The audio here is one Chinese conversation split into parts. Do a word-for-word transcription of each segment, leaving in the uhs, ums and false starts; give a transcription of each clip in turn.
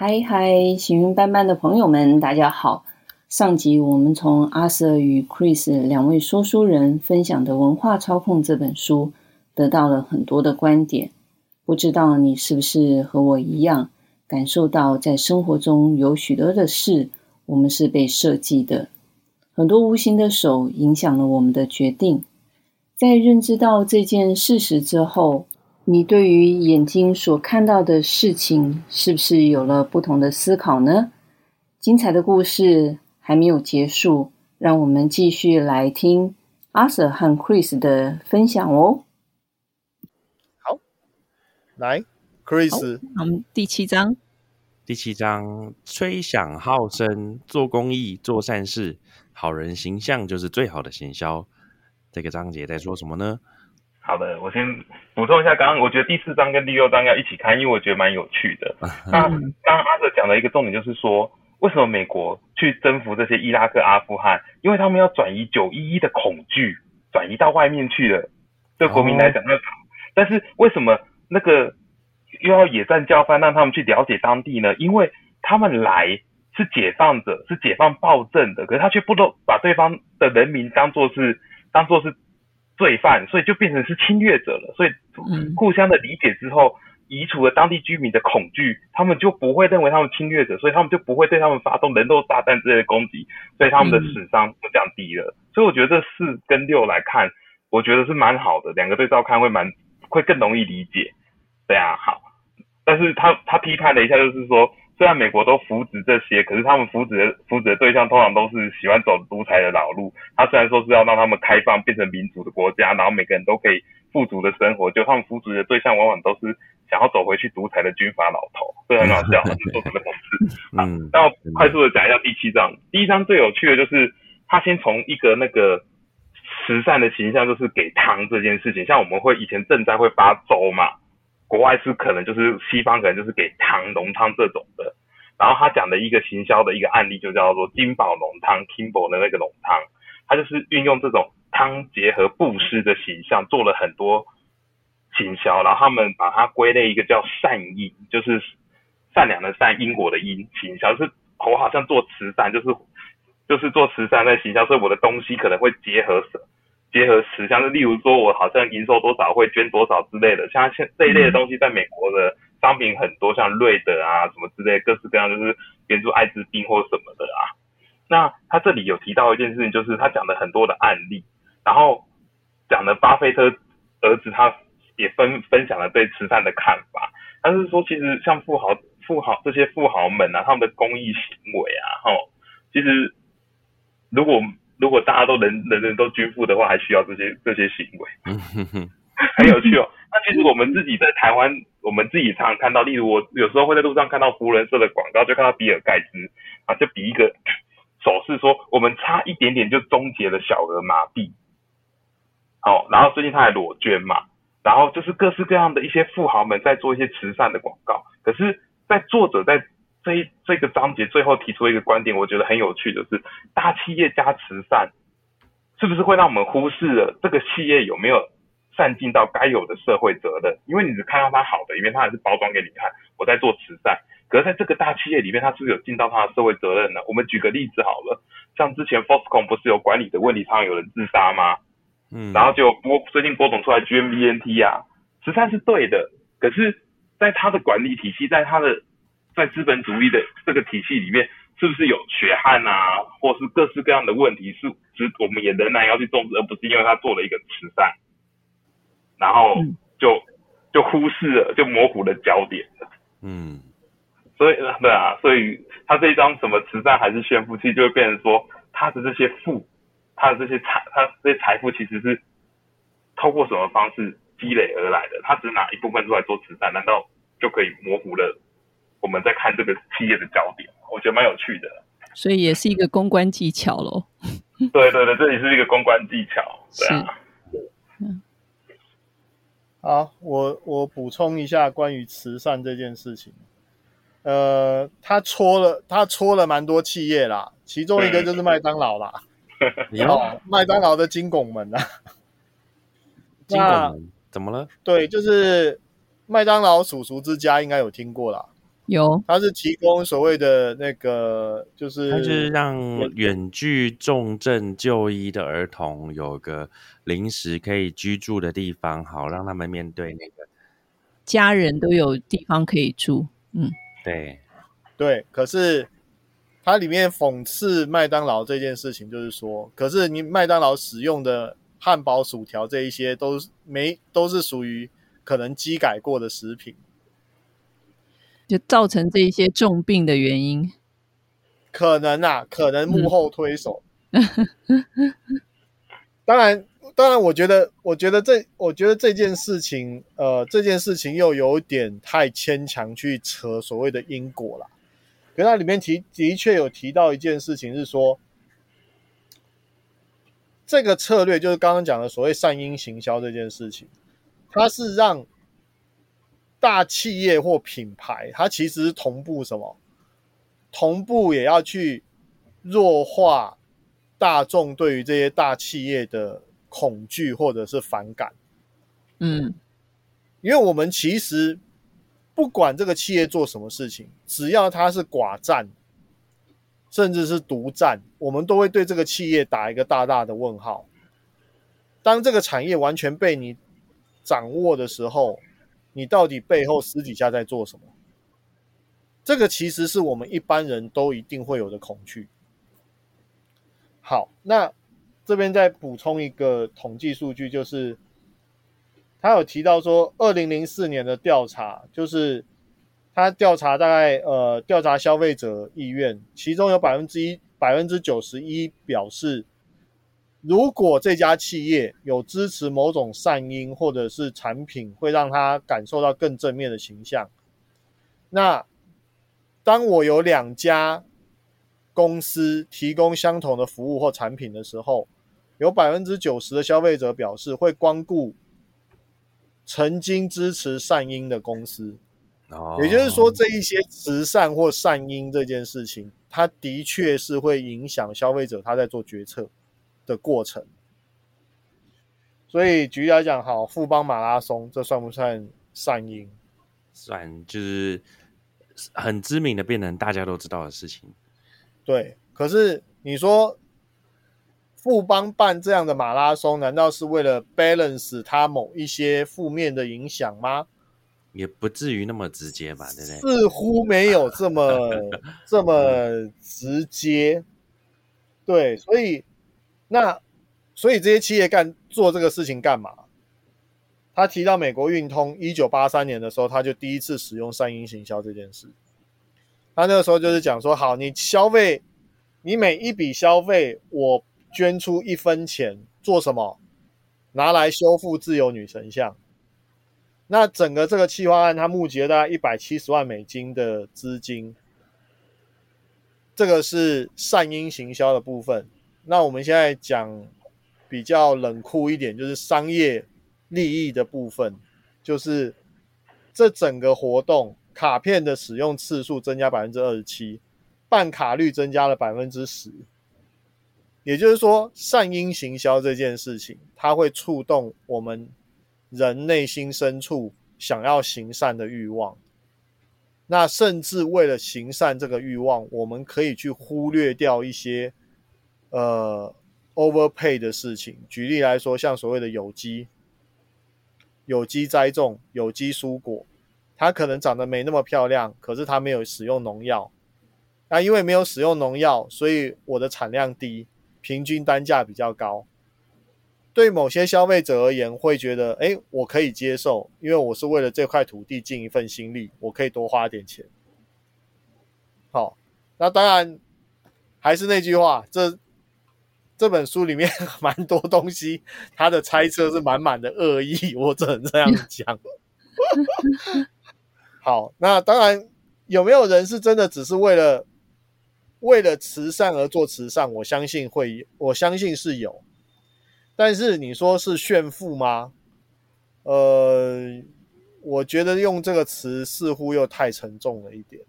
嗨嗨，行云斑斑的朋友们，大家好。上集我们从阿瑟与 Chris 两位说书人分享的《文化操控》这本书，得到了很多的观点。不知道你是不是和我一样，感受到在生活中有许多的事，我们是被设计的，很多无形的手影响了我们的决定。在认知到这件事实之后，你对于眼睛所看到的事情是不是有了不同的思考呢？精彩的故事还没有结束，让我们继续来听阿瑟和 Chris 的分享哦。 好，来 Chris， 我们第七章， 第七章，吹响号声，做公益，做善事，好人形象就是最好的行销。这个章节在说什么呢？ 好的，我先补充一下，刚刚我觉得第四章跟第六章要一起看，因为我觉得蛮有趣的。那刚刚阿哲讲的一个重点就是说，为什么美国去征服这些伊拉克、阿富汗？因为他们要转移九一一的恐惧，转移到外面去了。对国民来讲，那、哦、但是为什么那个又要野战教范，让他们去了解当地呢？因为他们来是解放者，是解放暴政的，可是他却不都把对方的人民当作是当作是罪犯，所以就变成是侵略者了。所以互相的理解之后，移除了当地居民的恐惧，他们就不会认为他们侵略者，所以他们就不会对他们发动人肉炸弹之类的攻击，所以他们的死伤就降低了。所以我觉得这四跟六来看，我觉得是蛮好的，两个对照看会蛮会更容易理解。对啊，好。但是他他批判了一下，就是说，虽然美国都扶植这些，可是他们扶植的扶植的对象通常都是喜欢走独裁的老路。他虽然说是要让他们开放变成民主的国家，然后每个人都可以富足的生活，就他们扶植的对象往往都是想要走回去独裁的军阀老头，这很好笑，就做成了讽刺。嗯，那我快速的讲一下第七章。第一章最有趣的就是他先从一个那个慈善的形象，就是给汤这件事情，像我们会以前赈灾会发粥嘛。国外是可能就是西方可能就是给汤浓汤这种的，然后他讲的一个行销的一个案例就叫做金宝浓汤 Kimbo 的那个浓汤，他就是运用这种汤结合布施的形象做了很多行销，然后他们把它归类一个叫善因，就是善良的善，因果的因，行销是我好像做慈善，就是就是做慈善在行销，所以我的东西可能会结合结合词，像是例如说我好像营收多少会捐多少之类的，像这一类的东西在美国的商品很多，像瑞德啊什么之类，各式各样就是援助艾滋病或什么的啊。那他这里有提到一件事情，就是他讲了很多的案例，然后讲了巴菲特儿子他也分分享了对慈善的看法。他是说其实像富豪富豪这些富豪们啊，他们的公益行为啊，齁，其实如果如果大家都人人人都均富的话，还需要这些这些行为，很有趣哦。那其实我们自己在台湾，我们自己常常看到，例如我有时候会在路上看到福伦社的广告，就看到比尔盖茨啊，就比一个手势说，我们差一点点就终结了小儿麻痹。好，然后最近他还裸捐嘛，然后就是各式各样的一些富豪们在做一些慈善的广告，可是，在作者在这一这个章节最后提出一个观点，我觉得很有趣的是，大企业加慈善，是不是会让我们忽视了这个企业有没有善尽到该有的社会责任？因为你只看到它好的一面，它还是包装给你看，我在做慈善。可是在这个大企业里面，它是不是有尽到它的社会责任呢？我们举个例子好了，像之前 Foxconn 不是有管理的问题，常常有人自杀吗？嗯，然后就播最近播种出来 G M B N T 啊，慈善是对的，可是在它的管理体系，在它的在资本主义的这个体系里面，是不是有血汗啊，或是各式各样的问题，是我们也仍然要去重视，而不是因为他做了一个慈善，然后就就忽视了，就模糊了焦点了。嗯，所以对啊，所以他这一张什么慈善还是炫富，其实就会变成说，他的这些富，他的这些财，他这些财富其实是透过什么方式积累而来的？他只拿一部分出来做慈善，难道就可以模糊了我们在看这个企业的焦点？我觉得蛮有趣的， 所以也是一个公关技巧咯。 对对对，这也是一个公关技巧。对啊。 嗯、好，我我补充一下关于慈善这件事情。呃，他戳了他戳了蛮多企业啦，其中一个就是麦当劳啦。哦，麦当劳的金拱门啊。 金拱门怎么了？ 对，就是麦当劳叔叔之家应该有听过啦。 有， 它是提供所谓的那个，就是它就是让远距重症就医的儿童有个临时可以居住的地方，好让他们面对那个家人都有地方可以住。嗯， 对对。可是它里面讽刺麦当劳这件事情，就是说，可是你麦当劳使用的汉堡、薯条这一些都没都是属于可能基改过的食品。 就造成这一些重病的原因， 可能啊，可能幕后推手。嗯、当然，当然，我觉得，我觉得这，我觉得这件事情，呃，这件事情又有点太牵强去扯所谓的因果啦。可是它里面提的确有提到一件事情，是说这个策略就是刚刚讲的所谓善因行销这件事情，它是让大企业或品牌，它其实是同步什么？同步也要去弱化大众对于这些大企业的恐惧或者是反感。 嗯， 因为我们其实不管这个企业做什么事情，只要它是寡占，甚至是独占，我们都会对这个企业打一个大大的问号。当这个产业完全被你掌握的时候，你到底背后私底下在做什么？这个其实是我们一般人都一定会有的恐惧。好，那这边再补充一个统计数据，就是他有提到说二零零四年的调查，就是他调查大概呃调查消费者意愿，其中有百分之一百分之九十一表示，如果这家企业有支持某种善因或者是产品，会让他感受到更正面的形象。那当我有两家公司提供相同的服务或产品的时候，有 百分之九十 的消费者表示会光顾曾经支持善因的公司。哦、也就是说，这一些慈善或善因这件事情，它的确是会影响消费者他在做决策的过程。所以举例来讲，好，富邦马拉松这算不算善因？ 算，就是很知名的变成大家都知道的事情。 对，可是你说富邦办这样的马拉松，难道是为了 balance 它某一些负面的影响吗？ 也不至于那么直接吧，对不对？ 似乎没有这么这么直接。对，所以那所以这些企业干做这个事情干嘛？他提到美国运通一九八三年的时候，他就第一次使用善因行销这件事。他那个时候就是讲说，好，你消费，你每一笔消费，我捐出一分钱，做什么？拿来修复自由女神像。那整个这个企划案，它募集了大概一百七十万美金的资金，这个是善因行销的部分。那我们现在讲比较冷酷一点，就是商业利益的部分，就是这整个活动卡片的使用次数增加 百分之二十七， 办卡率增加了 百分之十。 也就是说，善因行销这件事情，它会触动我们人内心深处想要行善的欲望。那甚至为了行善这个欲望，我们可以去忽略掉一些呃 overpay 的事情。举例来说，像所谓的有机有机栽种、有机蔬果，它可能长得没那么漂亮，可是它没有使用农药。那因为没有使用农药，所以我的产量低，平均单价比较高。对某些消费者而言，会觉得，哎，我可以接受，因为我是为了这块土地尽一份心力，我可以多花点钱。好，那当然还是那句话，这这本书里面蛮多东西，他的猜测是满满的恶意，我只能这样讲。好，那当然有没有人是真的只是为了为了慈善而做慈善？我相信会，我相信是有。但是你说是炫富吗？呃，我觉得用这个词似乎又太沉重了一点。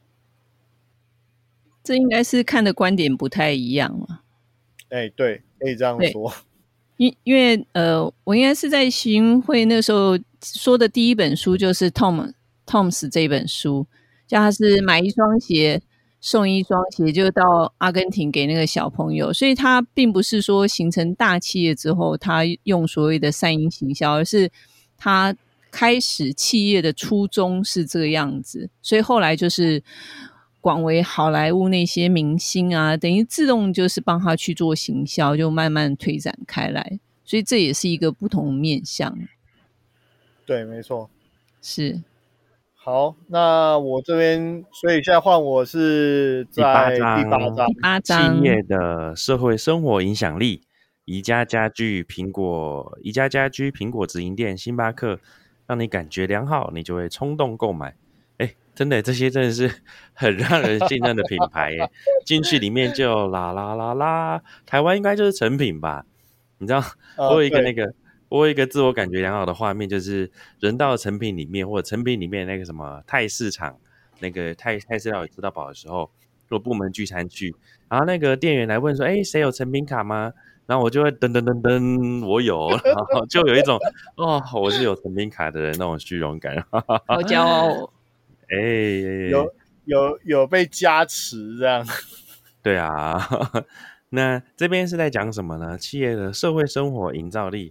这应该是看的观点不太一样嘛。 哎，对，可以这样说。 因因为呃，我应该是在行会那时候说的第一本书就是 Tom Tom's 这本书， 叫他是买一双鞋送一双鞋，就到阿根廷给那个小朋友，所以他并不是说形成大企业之后他用所谓的善意行销，而是他开始企业的初衷是这个样子，所以后来就是广为好莱坞那些明星啊，等于自动就是帮他去做行销，就慢慢推展开来，所以这也是一个不同面向。 对，没错。 是。 好，那我这边，所以现在换我是在第八章， 第八章企业的社会生活影响力。宜家家居、苹果、宜家家居、苹果直营店、星巴克，让你感觉良好，你就会冲动购买。哎，真的，这些真的是很让人信任的品牌耶。进去里面就有啦啦啦啦，台湾应该就是成品吧？你知道， 呃、 我有一个那个。我有一个自我感觉良好的画面，就是人到成品里面，或者成品里面那个什么泰市场，那个泰泰式料理吃到饱的时候，如果部门聚餐去，然后那个店员来问说：“哎，谁有成品卡吗？”然后我就会噔噔噔噔，我有，然后就有一种哦，我是有成品卡的人那种虚荣感， 好骄傲。 哎， 有有有被加持这样。 对啊，那这边是在讲什么呢？企业的社会生活营造力。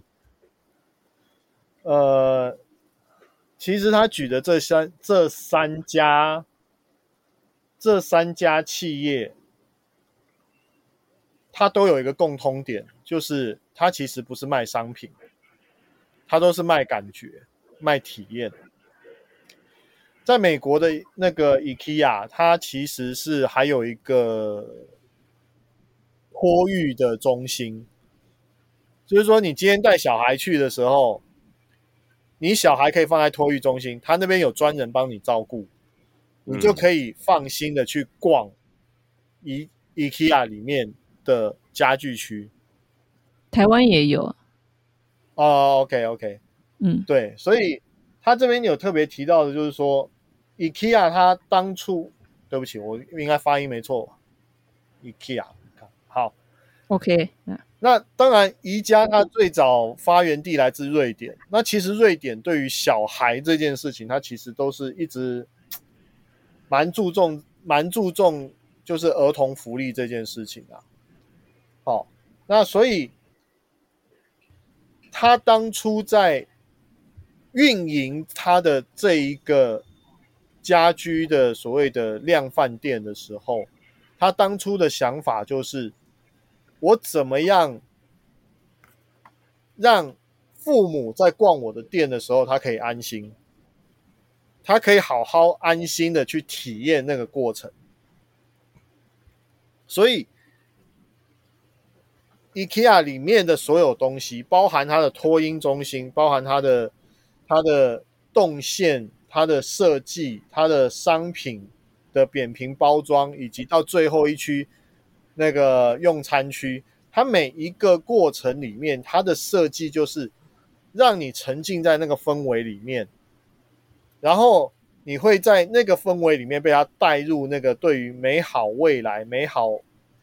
呃，其实他举的这三这三家这三家企业，它都有一个共通点，就是它其实不是卖商品，它都是卖感觉、卖体验。在美国的那个 IKEA， 它其实是还有一个托育的中心，就是说你今天带小孩去的时候。你小孩可以放在托育中心，他那边有专人帮你照顾，你就可以放心的去逛 IKEA 里面的家具区。 台湾也有。 哦 ，OK OK， 嗯， 对，所以他这边有特别提到的就是说 ，IKEA 他当初，对不起，我应该发音没错 ，IKEA， 好 ，OK， 那当然，宜家它最早发源地来自瑞典。那其实瑞典对于小孩这件事情，它其实都是一直蛮注重、蛮注重，就是儿童福利这件事情啊。好、哦，那所以他当初在运营他的这一个家居的所谓的量贩店的时候，他当初的想法就是。我怎么样让父母在逛我的店的时候，他可以安心，他可以好好安心的去体验那个过程。所以 IKEA 里面的所有东西，包含它的托婴中心，包含它的它的动线、它的设计、它的商品的扁平包装，以及到最后一区那个用餐区，它每一个过程里面，它的设计就是让你沉浸在那个氛围里面，然后你会在那个氛围里面被它带入那个对于美好未来、美好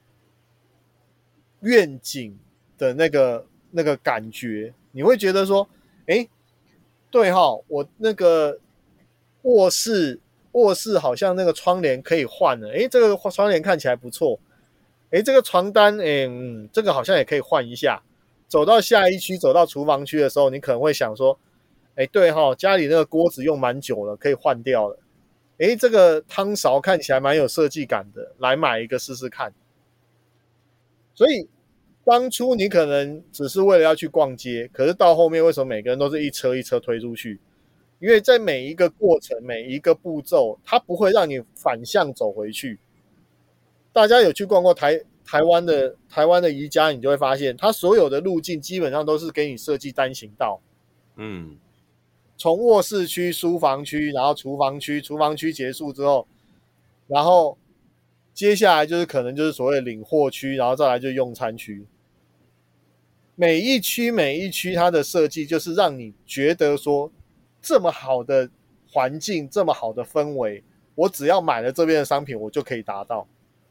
愿景的那个那个感觉，你会觉得说，哎，对哈，我那个卧室卧室好像那个窗帘可以换了，哎，这个窗帘看起来不错。哎，这个床单，哎，嗯，这个好像也可以换一下。走到下一区，走到厨房区的时候，你可能会想说，哎，对哈、哦，家里那个锅子用蛮久了，可以换掉了。哎，这个汤勺看起来蛮有设计感的，来买一个试试看。所以当初你可能只是为了要去逛街，可是到后面为什么每个人都是一车一车推出去？因为在每一个过程、每一个步骤，它不会让你反向走回去。大家有去逛过台台湾的台湾的宜家，你就会发现，它所有的路径基本上都是给你设计单行道。 嗯， 从卧室区、书房区，然后厨房区，厨房区结束之后，然后接下来就是可能就是所谓的领货区，然后再来就用餐区。每一区每一区它的设计就是让你觉得说，这么好的环境，这么好的氛围，我只要买了这边的商品，我就可以达到。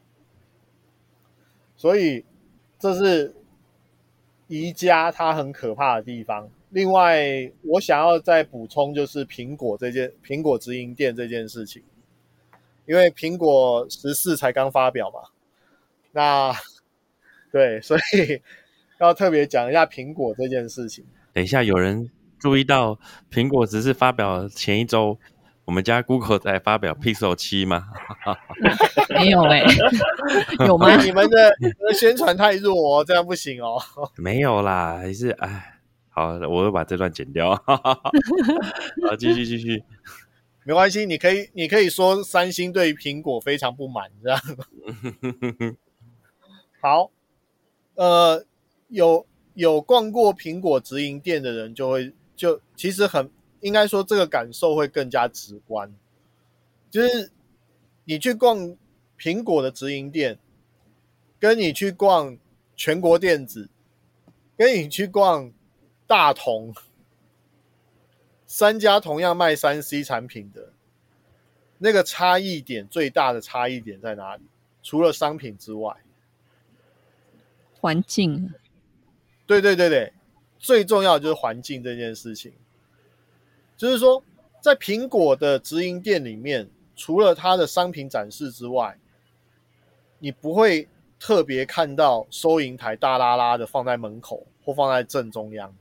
所以这是宜家它很可怕的地方。另外，我想要再补充就是苹果这件苹果直营店这件事情。 因为苹果十四才刚发表嘛，那对，所以要特别讲一下苹果这件事情。 等一下，有人注意到苹果十四发表前一周，我们家 Google 在发表 Pixel 七吗？ 没有哎、欸，有吗？ 你们的你们的宣传太弱哦，这样不行哦。 没有啦，还是哎，好，我会把这段剪掉。好，继续继续。 没关系，你可以你可以说三星对苹果非常不满，这样。好，呃，有有逛过苹果直营店的人就会就其实很应该说这个感受会更加直观，就是你去逛苹果的直营店，跟你去逛全国电子，跟你去逛大同，三家同样卖 三 C 产品的，那个差异点最大的差异点在哪里？除了商品之外， 环境。 对对对对，最重要的就是环境这件事情。就是说，在苹果的直营店里面，除了它的商品展示之外，你不会特别看到收银台大拉拉的放在门口或放在正中央。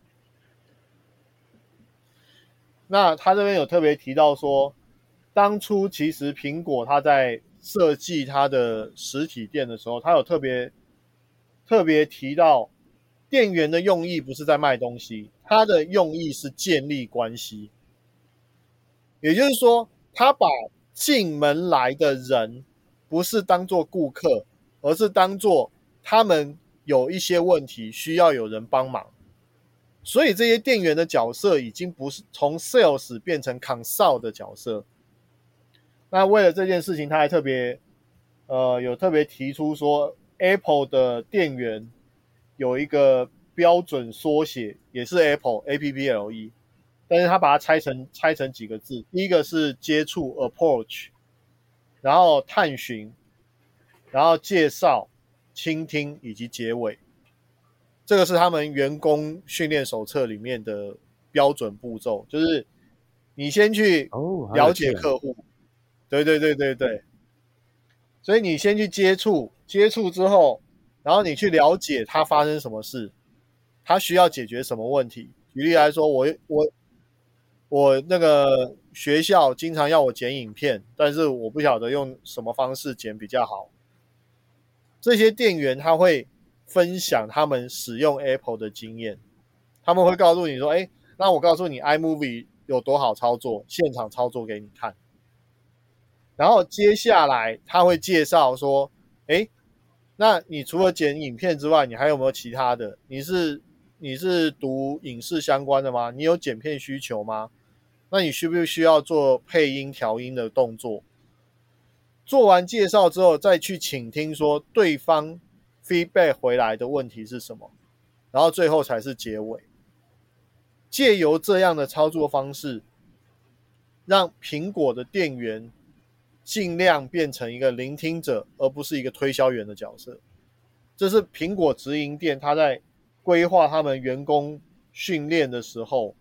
那他这边有特别提到说，当初其实苹果它在设计它的实体店的时候，它有特别特别提到，店员的用意不是在卖东西，它的用意是建立关系。也就是说，他把进门来的人不是当作顾客，而是当作他们有一些问题需要有人帮忙。所以这些店员的角色已经不是从 sales 变成 consult 的角色。那为了这件事情，他还特别呃有特别提出说 Apple 的店员有一个标准缩写，也是 Apple A P P L E， 但是他把它拆成拆成几个字，第一个是接触 approach， 然后探寻，然后介绍、倾听以及结尾。这个是他们员工训练手册里面的标准步骤，就是你先去了解客户，哦，对对对对对，所以你先去接触，接触之后，然后你去了解他发生什么事，他需要解决什么问题。举例来说，我我我那个学校经常要我剪影片，但是我不晓得用什么方式剪比较好。这些店员他会分享他们使用 Apple 的经验，他们会告诉你说，哎，那我告诉你 iMovie 有多好操作，现场操作给你看。然后接下来他会介绍说，哎，那你除了剪影片之外，你还有没有其他的？你是你是读影视相关的吗？你有剪片需求吗？那你需不需要做配音调音的动作？做完介绍之后，再去倾听说对方 feedback 回来的问题是什么，然后最后才是结尾。借由这样的操作方式，让苹果的店员尽量变成一个聆听者，而不是一个推销员的角色。这是苹果直营店他在规划他们员工训练的时候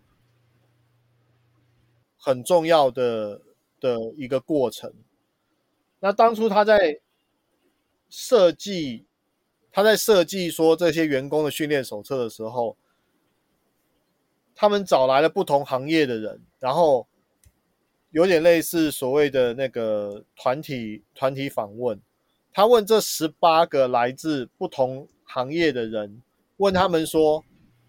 很重要的的一个过程。那当初他在设计他在设计说这些员工的训练手册的时候，他们找来了不同行业的人，然后有点类似所谓的那个团体团体访问。他问这十八个来自不同行业的人，问他们说，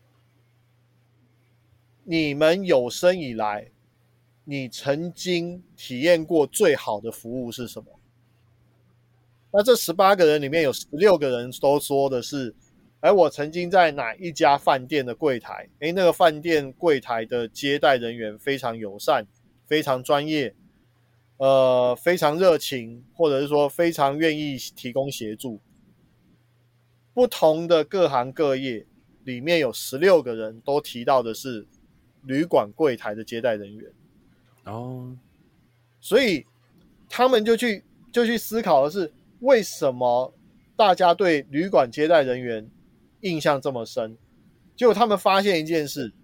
你们有生以来你曾经体验过最好的服务是什么？那这十八个人里面有十六个人都说的是，哎，我曾经在哪一家饭店的柜台，哎，那个饭店柜台的接待人员非常友善，非常专业，呃，非常热情，或者是说非常愿意提供协助。不同的各行各业里面有十六个人都提到的是旅馆柜台的接待人员。 哦， 所以他们就去就去思考的是，为什么大家对旅馆接待人员印象这么深？结果他们发现一件事，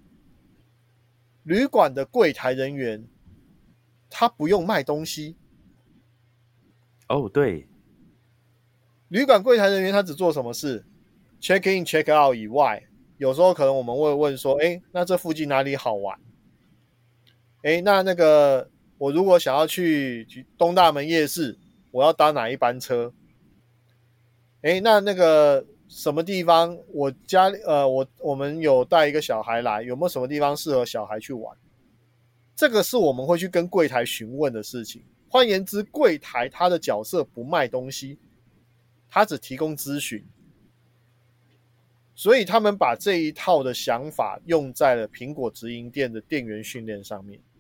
旅馆的柜台人员他不用卖东西， 哦，对， 旅馆柜台人员他只做什么事 ？check in check out 以外，有时候可能我们会问说，哎，那这附近哪里好玩？哎，那那个我如果想要去东大门夜市，我要搭哪一班车？哎，那那个什么地方，我家呃，我我们有带一个小孩来，有没有什么地方适合小孩去玩？这个是我们会去跟柜台询问的事情。换言之，柜台他的角色不卖东西，他只提供咨询。所以他们把这一套的想法用在了苹果直营店的店员训练上面。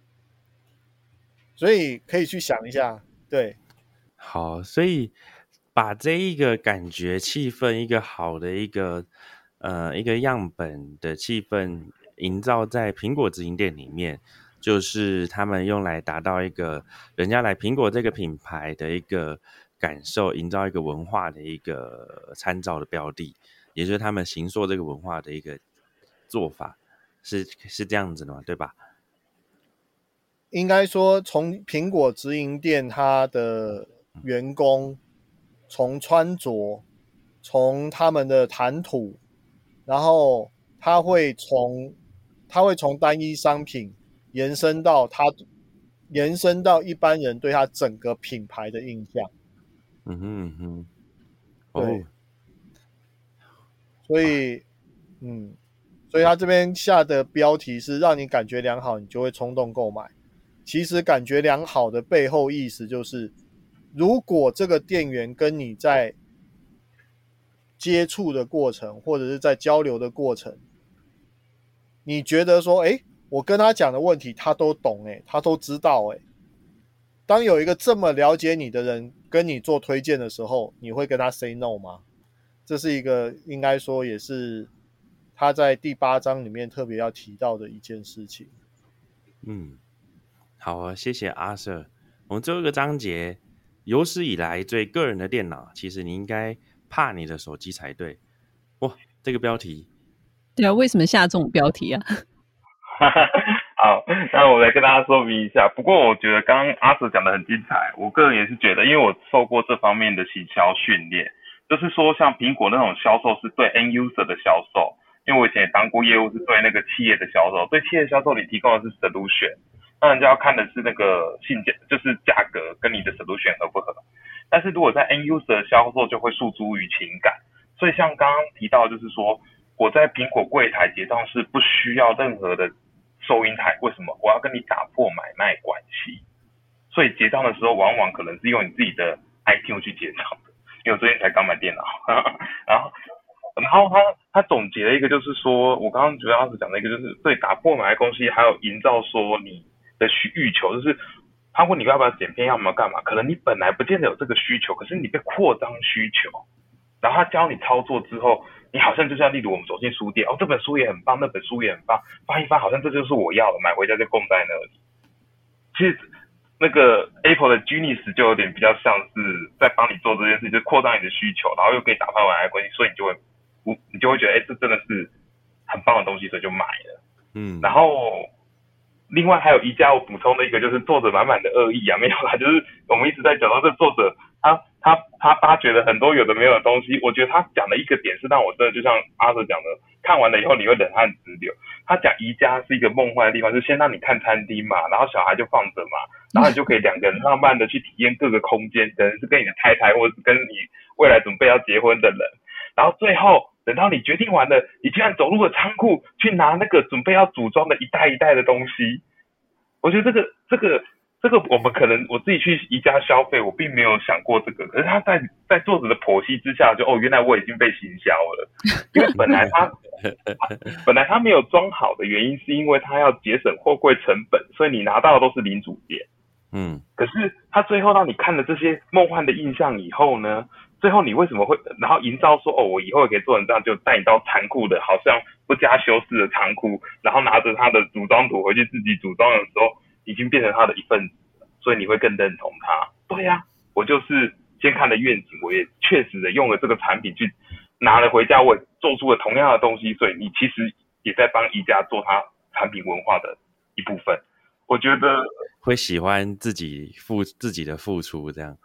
所以可以去想一下，对。 好，所以把这一个感觉气氛，一个好的一个呃一个样本的气氛营造在苹果直营店里面，就是他们用来达到一个人家来苹果这个品牌的一个感受，营造一个文化的一个参照的标的，也就是他们形塑这个文化的一个做法，是是这样子的吗？对吧？ 应该说，从苹果直营店它的员工，从穿着，从他们的谈吐，然后他会从他会从单一商品延伸到他延伸到一般人对他整个品牌的印象。 嗯哼嗯哼， 对， 哦， 所以嗯，所以他这边下的标题是让你感觉良好，你就会冲动购买。其实感觉良好的背后意思就是，如果这个店员跟你在接触的过程，或者是在交流的过程，你觉得说，哎，我跟他讲的问题他都懂，哎，他都知道，哎，当有一个这么了解你的人跟你做推荐的时候，你会跟他 say no 吗？这是一个应该说也是他在第八章里面特别要提到的一件事情。 嗯。好啊，谢谢阿 Sir。我们最后一个章节，有史以来最个人的电脑，其实你应该怕你的手机才对。哇，这个标题， 对啊，为什么下这种标题啊？ 好，那我来跟大家说明一下。不过我觉得刚刚阿 Sir 讲的很精彩，我个人也是觉得，因为我受过这方面的行销训练，就是说像苹果那种销售是对 end user 的销售，因为我以前也当过业务，是对那个企业的销售，对企业销售你提供的是 solution。那人家要看的是那个性价，就是价格跟你的 solution 合不合。但是如果在 end user 的销售就会诉诸于情感，所以像刚刚提到就是说，我在苹果柜台结账是不需要任何的收银台，为什么？我要跟你打破买卖关系，所以结账的时候往往可能是用你自己的 iTunes 去结账的，因为我最近才刚买电脑，然后。然后他他总结了一个，就是说我刚刚主要是讲的一个，就是对打破买卖关系，还有营造说你的需欲求，就是他问你要不要剪片，要不要干嘛，可能你本来不见得有这个需求，可是你被扩张需求，然后他教你操作之后，你好像就像例如我们走进书店，哦，这本书也很棒，那本书也很棒，翻一翻好像这就是我要的，买回家就供在那里。其实那个 Apple 的 Genius 就有点比较像是在帮你做这件事，就扩张你的需求，然后又可以打破买卖关系，所以你就会你就会觉得，哎、欸，这真的是很棒的东西，所以就买了。嗯，然后另外还有宜家，我补充的一个就是作者满满的恶意啊，没有啦，就是我们一直在讲到这作者他他他发掘了很多有的没有的东西，我觉得他讲的一个点是让我真的就像阿 Sir 讲的，看完了以后你会冷汗直流。他讲宜家是一个梦幻的地方，就是先让你看餐厅嘛，然后小孩就放着嘛，然后你就可以两个人浪漫的去体验各个空间，可能是跟你的太太或者是跟你未来准备要结婚的人，然后最后等到你决定完了，你居然走入了仓库去拿那个准备要组装的一袋一袋的东西。我觉得这个这个这个我们可能我自己去宜家消费，我并没有想过这个，可是他在在作者的剖析之下，就哦，原来我已经被行销了，因为本来他本来他没有装好的原因，是因为他要节省货柜成本，所以你拿到的都是零组件。嗯，可是他最后让你看了这些梦幻的印象以后呢，最后你为什么会然后营造说哦，我以后也可以做成这样，就带你到残酷的，好像不加修饰的仓库，然后拿着他的组装图回去自己组装的时候，已经变成他的一份子了，所以你会更认同他。对呀、啊，我就是先看了愿景，我也确实的用了这个产品去拿了回家，我也做出了同样的东西，所以你其实也在帮宜家做他产品文化的一部分。我觉得会喜欢自己付自己的付出这样。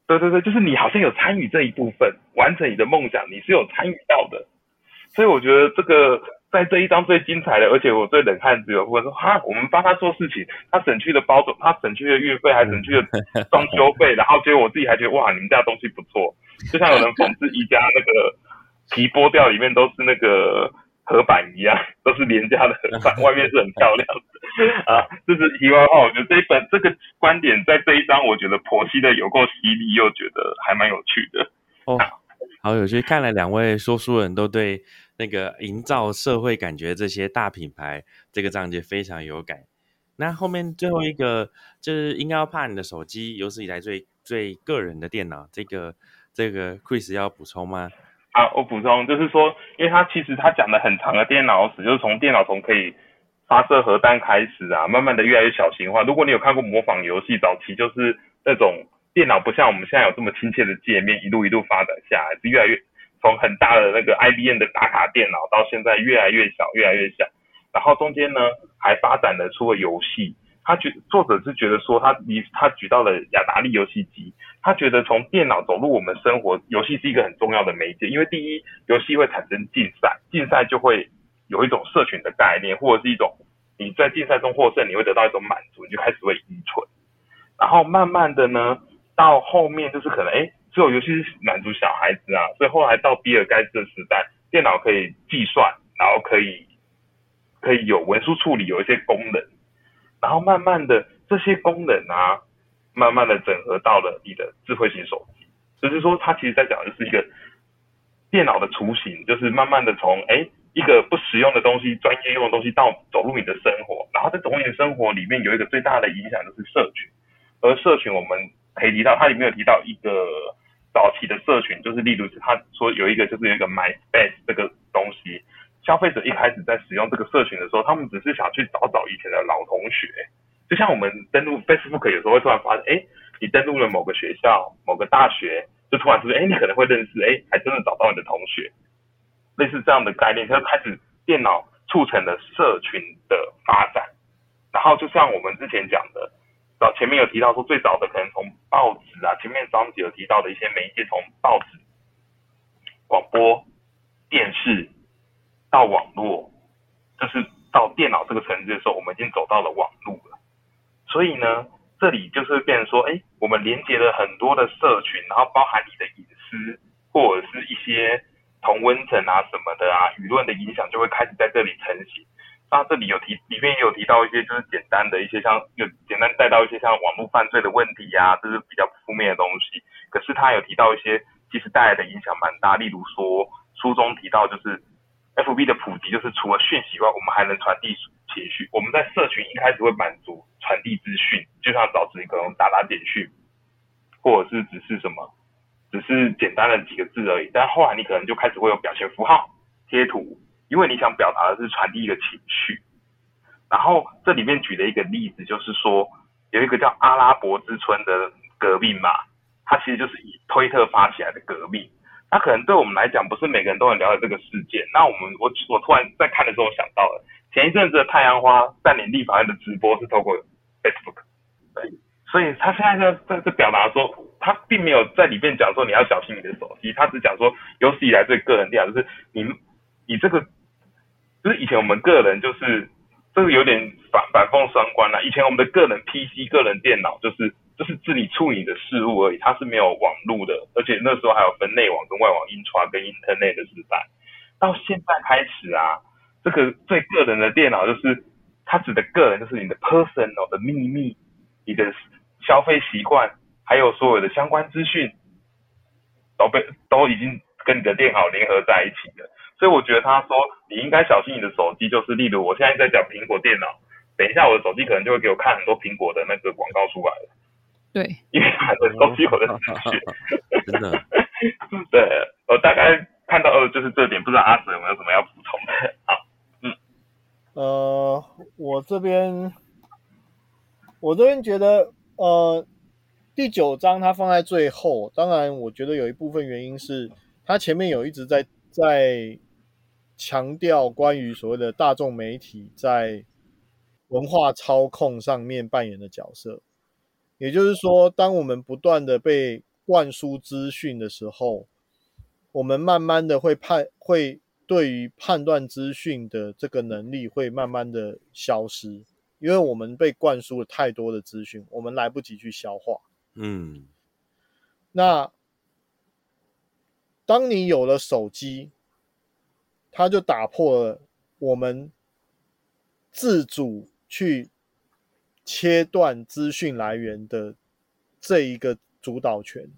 对对对，就是你好像有参与这一部分，完成你的梦想，你是有参与到的。所以我觉得这个在这一章最精彩的，而且我最冷汗只有部分说，哈，我们帮他做事情，他省去了包装，他省去了运费，还省去了装修费，然后结果我自己还觉得哇，你们家的东西不错，就像有人讽刺宜家那个皮剥掉里面都是那个合板一样，都是廉价的合板，外面是很漂亮的啊。这是题外话，我觉得这一本这个观点在这一章，我觉得剖析的有够犀利，又觉得还蛮有趣的。 哦，好有趣！看来两位说书人都对那个营造社会感觉这些大品牌这个章节非常有感。那后面最后一个就是应该要怕你的手机有史以来最最个人的电脑，这个这个 Chris 要补充吗？ 啊，我补充就是说，因为他其实他讲的很长的电脑史，就是从电脑从可以发射核弹开始啊，慢慢的越来越小型化。如果你有看过模仿游戏，早期就是那种电脑不像我们现在有这么亲切的界面，一路一路发展下来，是越来越从很大的那个 I B M 的打卡电脑到现在越来越小，越来越小。然后中间呢还发展了出了游戏。他觉作者是觉得说他他举到了雅达利游戏机，他觉得从电脑走入我们生活，游戏是一个很重要的媒介，因为第一，游戏会产生竞赛，竞赛就会有一种社群的概念，或者是一种你在竞赛中获胜，你会得到一种满足，你就开始会依存。然后慢慢的呢，到后面就是可能哎，只有游戏是满足小孩子啊，所以后来到比尔盖茨的时代，电脑可以计算，然后可以可以有文书处理，有一些功能。然后慢慢的这些功能啊，慢慢的整合到了你的智慧型手机，就是说它其实在讲的是一个电脑的雏形，就是慢慢的从哎一个不实用的东西，专业用的东西到走入你的生活，然后在走入你的生活里面有一个最大的影响就是社群，而社群我们可以提到，它里面有提到一个早期的社群，就是例如他说有一个就是有一个 MySpace 这个东西。消费者一开始在使用这个社群的时候，他们只是想去找找以前的老同学，就像我们登录 Facebook 有时候会突然发现，哎，你登录了某个学校、某个大学，就突然是，哎，你可能会认识，哎，还真的找到你的同学，类似这样的概念，它开始电脑促成了社群的发展。然后就像我们之前讲的，早前面有提到说，最早的可能从报纸啊，前面章节有提到的一些媒介，从报纸、广播、电视。到网络，就是到电脑这个层次的时候，我们已经走到了网络了。所以呢，这里就是变成说，哎，我们连接了很多的社群，然后包含你的隐私，或者是一些同温层啊什么的啊，舆论的影响就会开始在这里成型。那这里有提，里面也有提到一些就是简单的一些像，有简单带到一些像网络犯罪的问题啊，这是比较负面的东西。可是他有提到一些其实带来的影响蛮大，例如说书中提到就是。F B 的普及就是除了讯息外，我们还能传递情绪。我们在社群一开始会满足传递资讯，就像早期可能打打简讯，或者是只是什么，只是简单的几个字而已。但后来你可能就开始会有表情符号、贴图，因为你想表达的是传递一个情绪。然后这里面举了一个例子，就是说有一个叫阿拉伯之春的革命嘛，它其实就是以推特发起来的革命。那可能对我们来讲，不是每个人都很了解这个事件。那我们我我突然在看的时候想到了，前一阵子的太阳花占领立法院的直播是透过 Facebook， 对，所以他现在在在在表达说，他并没有在里面讲说你要小心你的手机，他只讲说有史以来对个人电脑就是你你这个，就是以前我们个人就是这个有点反反讽双关啦。以前我们的个人 P C 个人电脑就是就是自己处理的事物而已，它是没有网路的，而且那时候还有分内网跟外网 intra 跟 internet 的时代。到现在开始啊，这个最个人的电脑就是它指的个人就是你的 personal 的秘密，你的消费习惯，还有所有的相关资讯都被都已经跟你的电脑联合在一起了。所以我觉得他说你应该小心你的手机，就是例如我现在在讲苹果电脑，等一下我的手机可能就会给我看很多苹果的那个广告出来了。 对， 因为它会收集我的资讯。 真的。 对，我大概看到呃就是这点，不知道阿哲有没有什么要补充的？好，嗯， 呃，我这边我这边觉得呃第九章它放在最后，当然我觉得有一部分原因是它前面有一直在在强调关于所谓的大众媒体在文化操控上面扮演的角色。也就是说，当我们不断的被灌输资讯的时候，我们慢慢的会判会对于判断资讯的这个能力会慢慢的消失，因为我们被灌输了太多的资讯，我们来不及去消化。 嗯， 那当你有了手机，它就打破了我们自主去切断资讯来源的这一个主导权。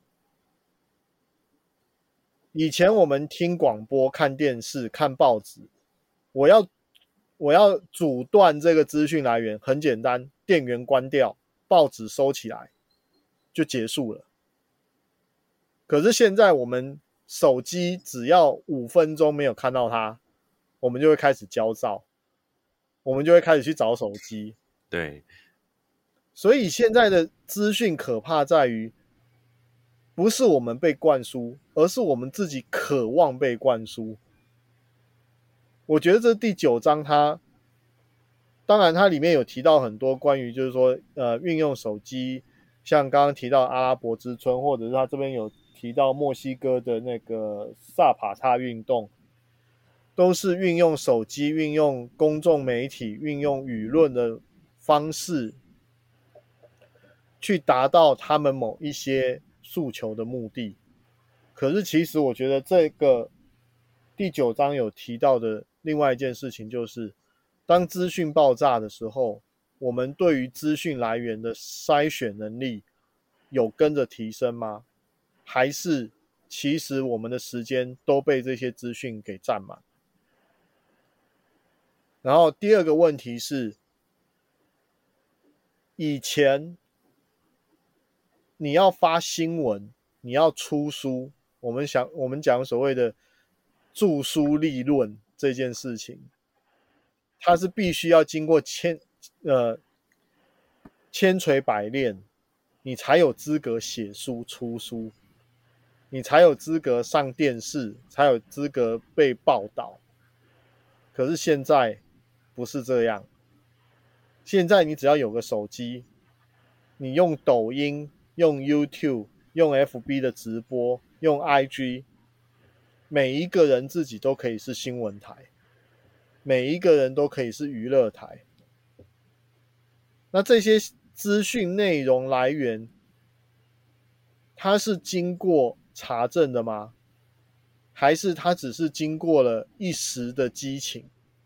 以前我们听广播、看电视、看报纸，我要我要阻断这个资讯来源，很简单，电源关掉，报纸收起来，就结束了。可是现在我们手机只要五分钟没有看到它，我们就会开始焦躁，我们就会开始去找手机。 对， 所以现在的资讯可怕在于，不是我们被灌输，而是我们自己渴望被灌输。我觉得这第九章它，当然它里面有提到很多关于就是说呃运用手机，像刚刚提到阿拉伯之春，或者是他这边有提到墨西哥的那个萨帕塔运动，都是运用手机、运用公众媒体、运用舆论的方式，去达到他们某一些诉求的目的。可是其实我觉得这个第九章有提到的另外一件事情，就是当资讯爆炸的时候，我们对于资讯来源的筛选能力有跟着提升吗？还是其实我们的时间都被这些资讯给占满？然后第二个问题是，以前你要发新闻，你要出书，我们想我们讲所谓的著书立论这件事情，它是必须要经过千呃千锤百炼，你才有资格写书出书，你才有资格上电视，才有资格被报道。可是现在不是这样，现在你只要有个手机，你用抖音、用 YouTube、用 F B 的直播、用 I G， 每一个人自己都可以是新闻台，每一个人都可以是娱乐台。那这些资讯内容来源，它是经过查证的吗？还是它只是经过了一时的激情？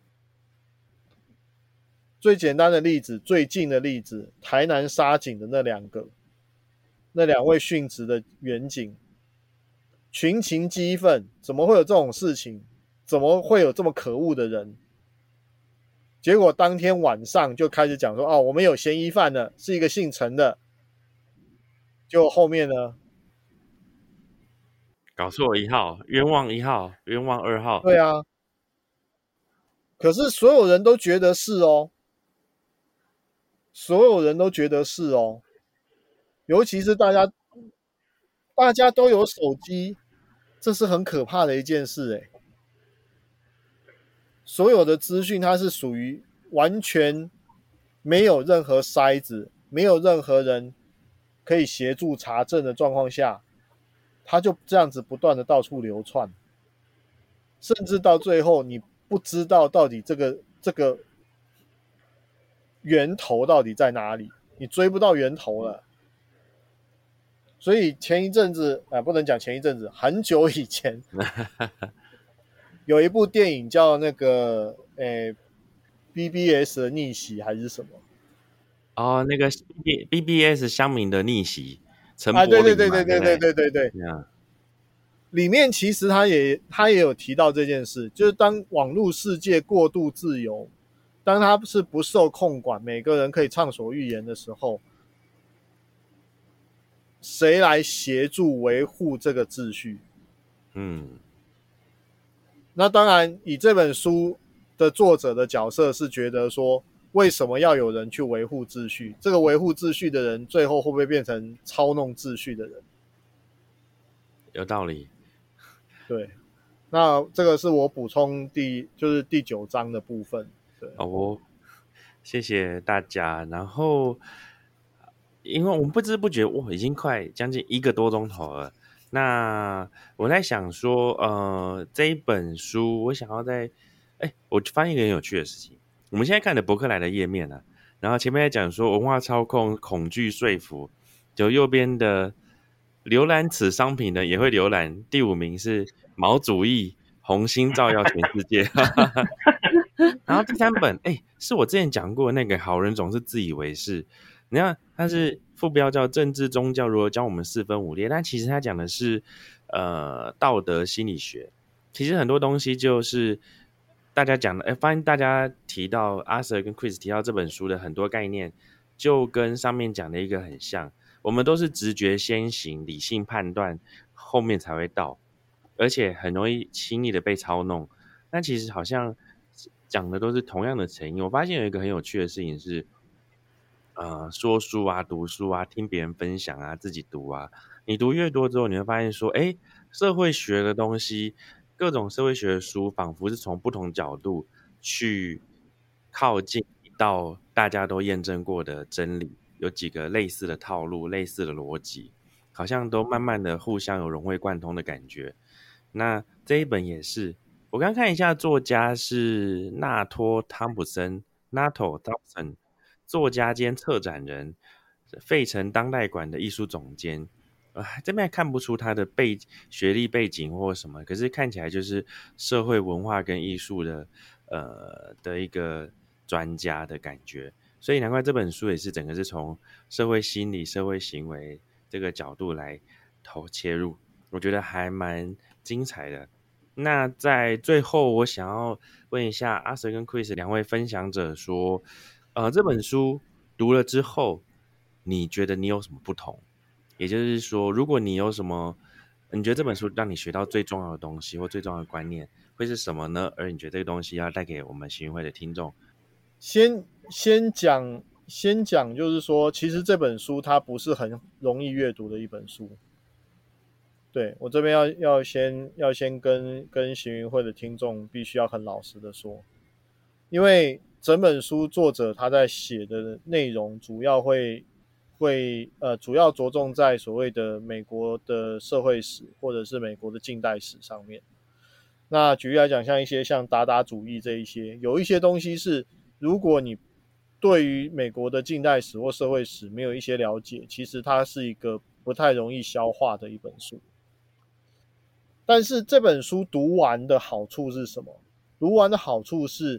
最简单的例子，最近的例子，台南沙井的那两个，那两位殉职的员警，群情激愤，怎么会有这种事情？怎么会有这么可恶的人？结果当天晚上就开始讲说，哦，我们有嫌疑犯了，是一个姓陈的。结果后面呢？ 搞错一号，冤枉一号，冤枉二号。 对啊，可是所有人都觉得是哦，所有人都觉得是哦，尤其是大家，大家都有手机，这是很可怕的一件事哎。所有的资讯它是属于完全没有任何筛子，没有任何人可以协助查证的状况下，它就这样子不断的到处流窜，甚至到最后你不知道到底这个这个源头到底在哪里，你追不到源头了。所以前一阵子，呃，不能讲前一阵子，很久以前有一部电影叫那个，诶 ，B B S 的逆袭还是什么？ 哦，那个 B B S 乡民的逆袭，陈啊， 柏霖嘛， 对对对对对对对对对， 嗯， 里面其实他也他也有提到这件事，就是当网络世界过度自由，当它是不受控管，每个人可以畅所欲言的时候，谁来协助维护这个秩序？ 嗯， 那当然，以这本书的作者的角色是觉得说，为什么要有人去维护秩序？这个维护秩序的人，最后会不会变成操弄秩序的人？ 有道理。 对，那这个是我补充第就是第九章的部分。对， 哦，谢谢大家。然后因为我们不知不觉，哇，已经快将近一个多钟头了。那我在想说，呃，这一本书，我想要在，哎，我发现一个很有趣的事情。我们现在看的博客来的页面啊，然后前面在讲说文化操控、恐惧说服，就右边的浏览此商品呢也会浏览。第五名是毛主义，红星照耀全世界。然后第三本，哎，是我之前讲过那个好人总是自以为是。你看，它是副标叫政治宗教如何教我们四分五裂，但其实它讲的是呃道德心理学。其实很多东西就是大家讲的，哎，发现大家提到阿 Sir 跟 Chris 提到这本书的很多概念，就跟上面讲的一个很像。我们都是直觉先行，理性判断，后面才会到，而且很容易轻易的被操弄。但其实好像讲的都是同样的成因。我发现有一个很有趣的事情是。呃，说书啊，读书啊，听别人分享啊，自己读啊，你读越多之后，你会发现说，哎，社会学的东西，各种社会学的书，仿佛是从不同角度去靠近到大家都验证过的真理，有几个类似的套路，类似的逻辑，好像都慢慢的互相有融会贯通的感觉。那这一本也是，我刚看一下，作家是纳托汤普森 ，Nato Thompson。作家兼策展人，费城当代馆的艺术总监，呃，这边看不出他的背学历背景或什么，可是看起来就是社会文化跟艺术的呃的一个专家的感觉，所以难怪这本书也是整个是从社会心理、社会行为这个角度来投切入，我觉得还蛮精彩的。那在最后，我想要问一下阿 Sir 跟 Chris 两位分享者说。呃，这本书读了之后，你觉得你有什么不同？也就是说，如果你有什么，你觉得这本书让你学到最重要的东西或最重要的观念会是什么呢？而你觉得这个东西要带给我们行云会的听众？ 先先讲，先讲，就是说，其实这本书它不是很容易阅读的一本书。对，我这边要要先要先跟跟行云会的听众必须要很老实的说，因为。整本书作者他在写的内容主要会会呃主要着重在所谓的美国的社会史或者是美国的近代史上面。那举例来讲，像一些像达达主义这一些，有一些东西是如果你对于美国的近代史或社会史没有一些了解，其实它是一个不太容易消化的一本书。但是这本书读完的好处是什么？读完的好处是。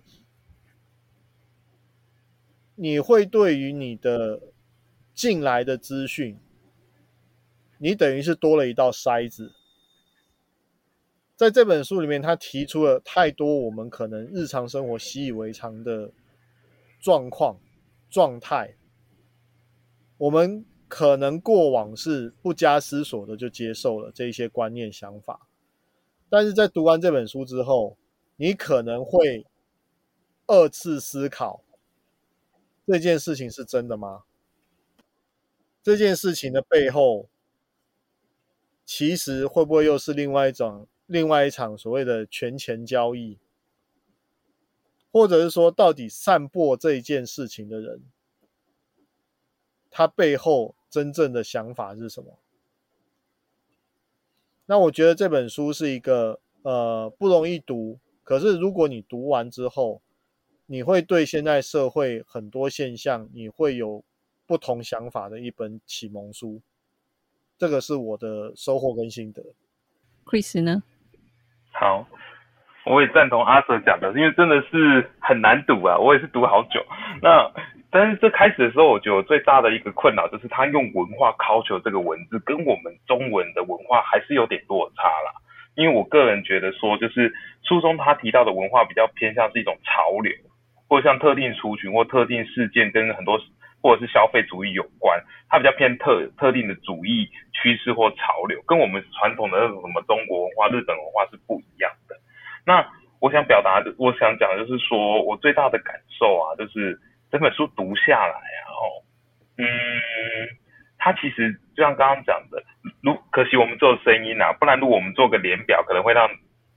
你会对于你的进来的资讯，你等于是多了一道筛子。在这本书里面，他提出了太多我们可能日常生活习以为常的状况、状态，我们可能过往是不加思索的就接受了这些观念想法，但是在读完这本书之后，你可能会二次思考。这件事情是真的吗？这件事情的背后，其实会不会又是另外一种、另外一场所谓的权钱交易？或者是说，到底散播这一件事情的人，他背后真正的想法是什么？那我觉得这本书是一个呃不容易读，可是如果你读完之后，你会对现在社会很多现象，你会有不同想法的一本启蒙书，这个是我的收获跟心得。 Chris 呢？ 好，我也赞同阿 Sir 讲的，因为真的是很难读啊，我也是读好久。那但是这开始的时候，我觉得我最大的一个困扰就是他用文化 culture 这个文字跟我们中文的文化还是有点落差啦。因为我个人觉得说，就是书中他提到的文化比较偏向是一种潮流。或者像特定族群或特定事件跟很多或者是消费主义有关，它比较偏特特定的主义趋势或潮流，跟我们传统的那种什么中国文化、日本文化是不一样的。那我想表达的，我想讲的就是说，我最大的感受啊，就是这本书读下来啊，哦，嗯，它其实就像刚刚讲的，如可惜我们只有声音啊，不然如果我们做个联表，可能会让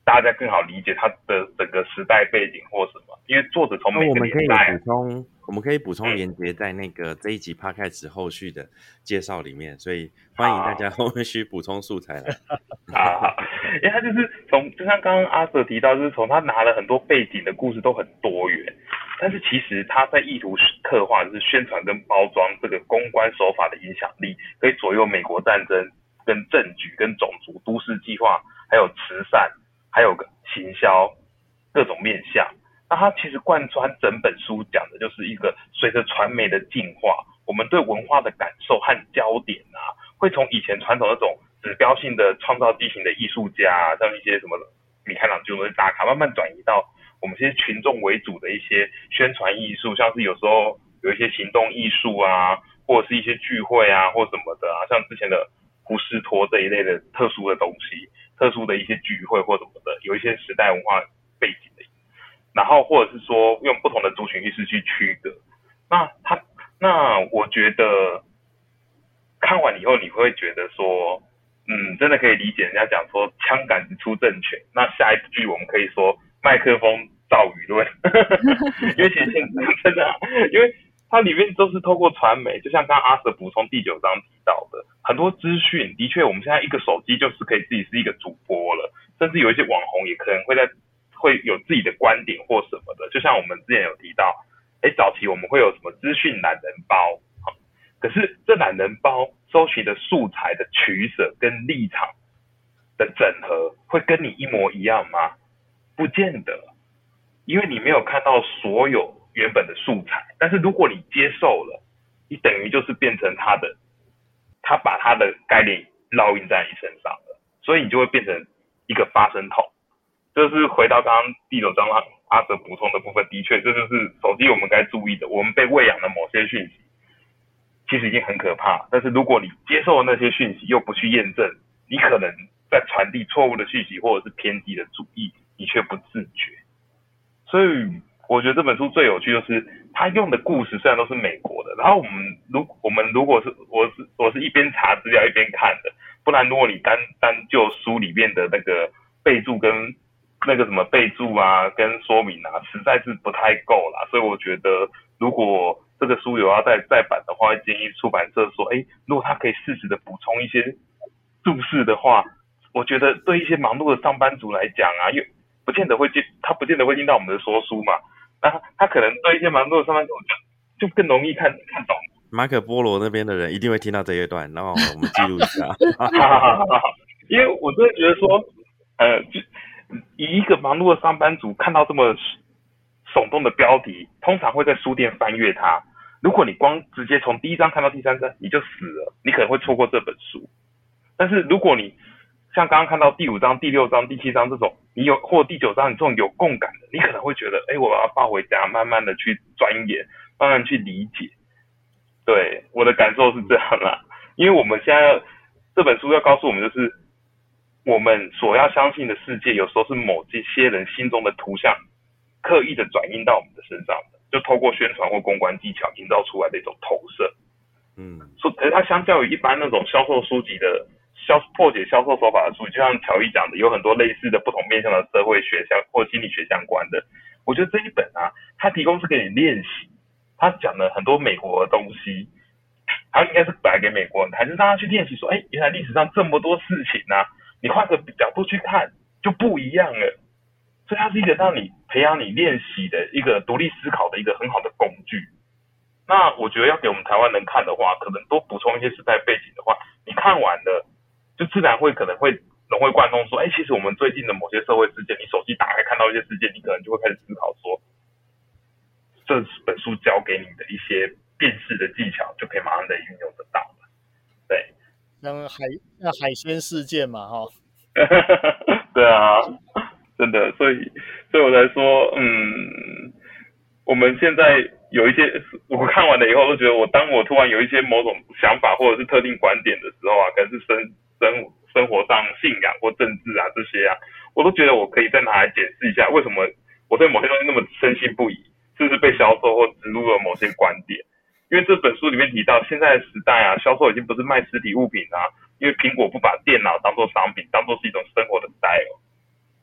大家更好理解它的整个时代背景或什么。因为作者从每个年代， 我们可以补充，我们可以补充连结在那个这一集 podcast 后续的介绍里面，所以欢迎大家后续补充素材来。 啊，因为他就是从，就像刚刚阿 Sir 提到，就是从他拿了很多背景的故事都很多元，但是其实他在意图刻画就是宣传跟包装这个公关手法的影响力，可以左右美国战争、跟政局、跟种族、都市计划，还有慈善，还有行销各种面向。那他其实贯穿整本书讲的就是一个随着传媒的进化，我们对文化的感受和焦点啊，会从以前传统那种指标性的创造激情的艺术家啊，像一些什么米开朗基罗的大咖，慢慢转移到我们这些群众为主的一些宣传艺术，像是有时候有一些行动艺术啊，或者是一些聚会啊或什么的啊，像之前的胡士托这一类的特殊的东西，特殊的一些聚会或什么的，有一些时代文化背景的，然后或者是说用不同的族群意识去区隔。那他那我觉得看完以后你会觉得说，嗯，真的可以理解人家讲说枪杆子出政权。那下一句我们可以说麦克风造舆论，因为其实现在真的、啊，因为它里面都是透过传媒，就像刚刚阿 Sir 补充第九章提到的，很多资讯的确我们现在一个手机就是可以自己是一个主播了，甚至有一些网红也可能会在会有自己的观点或什么的，就像我们之前有提到，哎，早期我们会有什么资讯懒人包，可是这懒人包收取的素材的取舍跟立场的整合会跟你一模一样吗？不见得，因为你没有看到所有原本的素材，但是如果你接受了，你等于就是变成他的，他把他的概念烙印在你身上了，所以你就会变成一个发声筒。就是回到刚刚第九章阿哲补充的部分，的确这就是手机我们该注意的，我们被喂养的某些讯息其实已经很可怕，但是如果你接受那些讯息又不去验证，你可能在传递错误的讯息或者是偏激的主义，你却不自觉。所以我觉得这本书最有趣就是他用的故事虽然都是美国的，然后我们如我们如果是我是我是一边查资料一边看的，不然如果你单单就书里面的那个备注跟那个什么备注啊跟说明啊，实在是不太够啦。所以我觉得如果这个书有要再再版的话，会建议出版社说，哎，如果他可以适时的补充一些注释的话，我觉得对一些忙碌的上班族来讲啊，又不见得会接，他不见得会听到我们的说书嘛，那他可能对一些忙碌的上班族就更容易看看懂。 马可波罗那边的人一定会听到这一段，然后我们记录一下。 因为我真的觉得说，呃，就以一个忙碌的上班族看到这么耸动的标题，通常会在书店翻阅它。如果你光直接从第一章看到第三章，你就死了，你可能会错过这本书。但是如果你像刚刚看到第五章、第六章、第七章这种，你有或第九章你这种有共感的，你可能会觉得，哎，我要抱回家，慢慢的去钻研，慢慢去理解。对，我的感受是这样啦。因为我们现在这本书要告诉我们，就是我们所要相信的世界，有时候是某些人心中的图像刻意的转印到我们的身上的，就透过宣传或公关技巧营造出来的一种投射。嗯，所以可是它相较于一般那种销售书籍的销破解销售手法的书籍，就像乔伊讲的，有很多类似的不同面向的社会学相或心理学相关的。我觉得这一本啊，它提供是给你练习，它讲了很多美国的东西，它应该是本来给美国人，还是让他去练习说，哎，原来历史上这么多事情啊，你换个角度去看就不一样了。所以它是一个让你培养你练习的一个独立思考的一个很好的工具。那我觉得要给我们台湾人看的话，可能多补充一些时代背景的话，你看完了就自然会可能会融会贯通说，哎，其实我们最近的某些社会事件，你手机打开看到一些事件，你可能就会开始思考说，这本书教给你的一些辨识的技巧，就可以马上的运用得到了。对， 像海像海鲜事件嘛，哈。 对啊，真的，所以所以我才说，嗯，我们现在有一些，我看完了以后都觉得我，当我突然有一些某种想法或者是特定观点的时候啊，可能是生生生活上信仰或政治啊这些啊，我都觉得我可以再拿来检视一下，为什么我对某些东西那么深信不疑，是不是被销售或植入了某些观点？因为这本书里面提到，现在的时代啊，销售已经不是卖实体物品啊，因为苹果不把电脑当作商品，当作是一种生活的 style。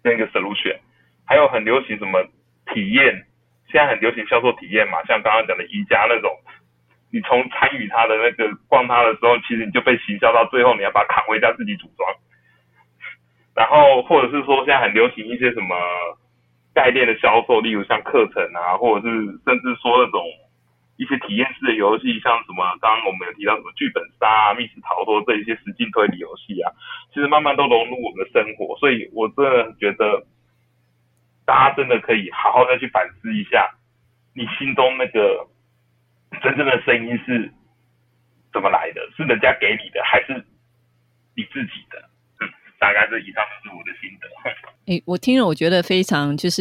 跟一个 solution， 还有很流行什么体验，现在很流行销售体验嘛，像刚刚讲的宜家那种，你从参与它的那个逛它的时候，其实你就被行销到最后，你要把它扛回家自己组装。然后或者是说现在很流行一些什么概念的销售，例如像课程啊，或者是甚至说那种一些体验式的游戏，像什么刚刚我们有提到什么剧本杀啊、密室逃脱这一些实境推理游戏啊，其实慢慢都融入我们的生活。所以我真的觉得大家真的可以好好的去反思一下，你心中那个真正的声音是怎么来的，是人家给你的还是你自己的？嗯，大概这以上就是我的心得。 诶，我听了我觉得非常，就是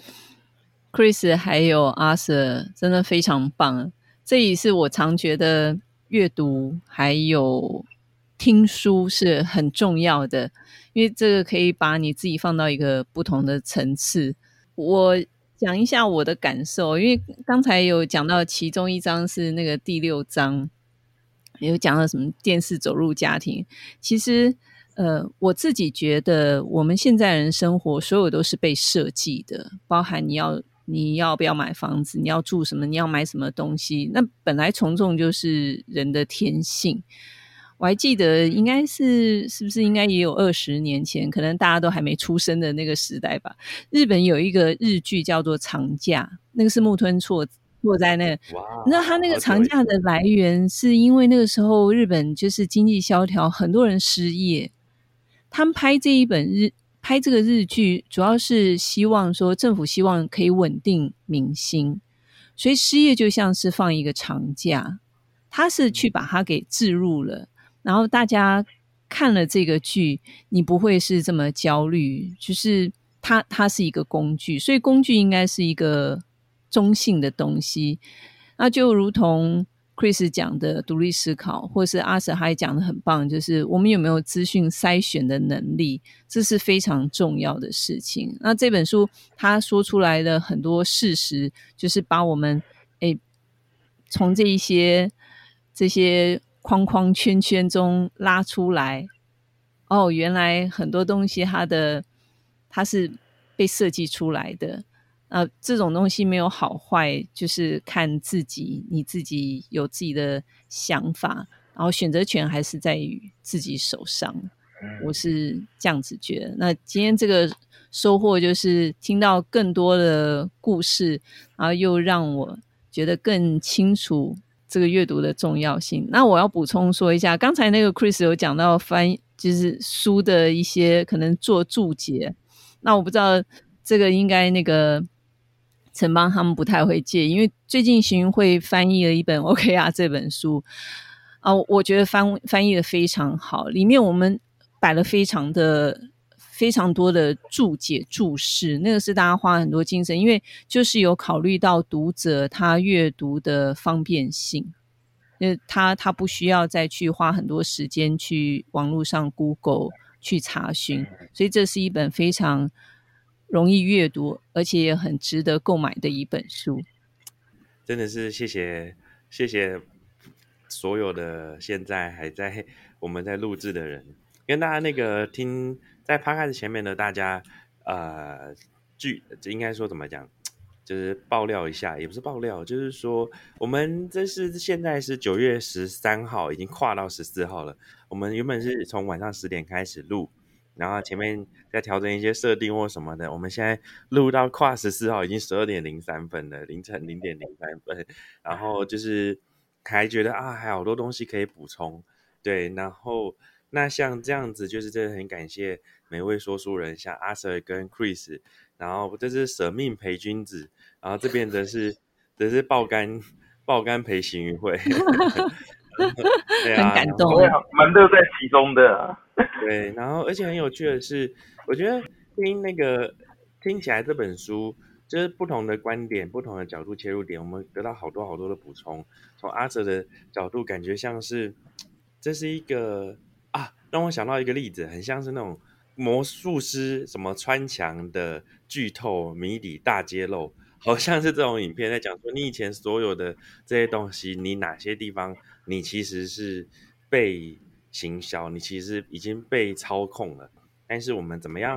Chris 还有 Arthur 真的非常棒。这也是我常觉得阅读还有听书是很重要的，因为这个可以把你自己放到一个不同的层次。我讲一下我的感受，因为刚才有讲到其中一章是那个第六章，有讲到什么电视走入家庭。其实呃，我自己觉得我们现在人生活所有都是被设计的，包含你要你要不要买房子，你要住什么，你要买什么东西，那本来从众就是人的天性。我还记得应该是是不是应该也有二十年前，可能大家都还没出生的那个时代吧，日本有一个日剧叫做长假，那个是木村拓拓哉那个，你知道他那个长假的来源是因为那个时候日本就是经济萧条，很多人失业，他们拍这一本日拍这个日剧主要是希望说政府希望可以稳定民心，所以失业就像是放一个长假，他是去把它给置入了，然后大家看了这个剧你不会是这么焦虑，就是它它是一个工具，所以工具应该是一个中性的东西。那就如同Chris 讲的独立思考，或是阿 Sir 还讲的很棒，就是我们有没有资讯筛选的能力，这是非常重要的事情。那这本书他说出来的很多事实，就是把我们诶从这一些这些框框圈圈中拉出来。哦，原来很多东西它的它是被设计出来的。呃，这种东西没有好坏，就是看自己，你自己有自己的想法，然后选择权还是在于自己手上。我是这样子觉得。那今天这个收获就是听到更多的故事，然后又让我觉得更清楚这个阅读的重要性。那我要补充说一下，刚才那个 Chris 有讲到翻，就是书的一些可能做注解，那我不知道这个应该那个陈邦他们不太会介意，因为最近行云会翻译了一本 O K R 这本书啊，我觉得翻翻译的非常好，里面我们摆了非常的非常多的注解注释，那个是大家花很多精神，因为就是有考虑到读者他阅读的方便性，他他不需要再去花很多时间去网络上 Google 去查询，所以这是一本非常容易阅读而且也很值得购买的一本书。 真的是谢谢谢谢所有的现在还在我们在录制的人，跟大家那个听在 Podcast 前面的大家呃剧应该说怎么讲，就是爆料一下，也不是爆料，就是说我们这是现在是九月十三号，已经跨到十四号了。我们原本是从晚上十点开始录，然后前面再调整一些设定或什么的，我们现在录到跨十四号，已经十二点零三分了，凌晨零点零三分。然后就是还觉得啊，还有好多东西可以补充，对。然后那像这样子，就是真的很感谢每位说书人，像阿 Sir 跟 Chris。然后这是舍命陪君子，然后这边的是这是爆肝爆肝陪行云会， 对啊，很感动， 蛮乐在其中的、啊。 对，然后而且很有趣的是，我觉得听那个听起来这本书，就是不同的观点、不同的角度切入点，我们得到好多好多的补充。从阿哲的角度，感觉像是这是一个啊，让我想到一个例子，很像是那种魔术师什么穿墙的剧透谜底大揭露，好像是这种影片在讲说你以前所有的这些东西，你哪些地方你其实是被行销，你其实已经被操控了，但是我们怎么样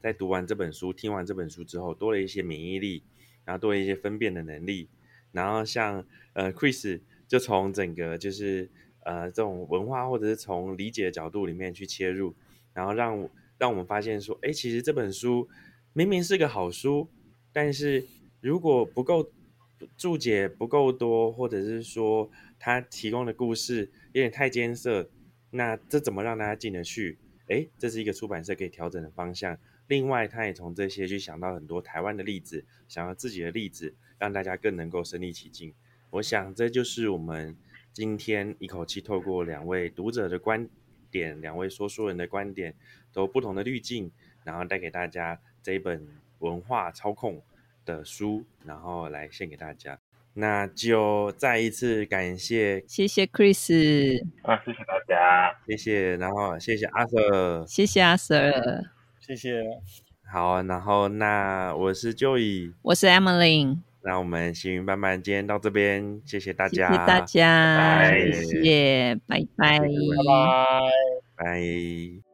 在读完这本书、听完这本书之后，多了一些免疫力，然后多了一些分辨的能力。然后像呃 Chris 就从整个就是呃这种文化或者是从理解的角度里面去切入，然后让让我们发现说，哎，其实这本书明明是个好书，但是如果不够注解不够多，或者是说他提供的故事有点太艰涩，那这怎么让大家进得去？哎，这是一个出版社可以调整的方向。另外，他也从这些去想到很多台湾的例子，想到自己的例子，让大家更能够身临其境。我想这就是我们今天一口气透过两位读者的观点，两位说书人的观点，都不同的滤镜，然后带给大家这一本文化操控的书，然后来献给大家。那就再一次感谢， 谢谢 Chris 啊，谢谢大家， 谢谢，然后谢谢阿 Sir， 谢谢阿 Sir， 谢谢。 好，然后那我是 Joey， 我是 Emily， 那我们行云伴伴今天到这边，谢谢大家， 谢谢大家， 拜拜谢谢，拜拜， 拜拜。 拜。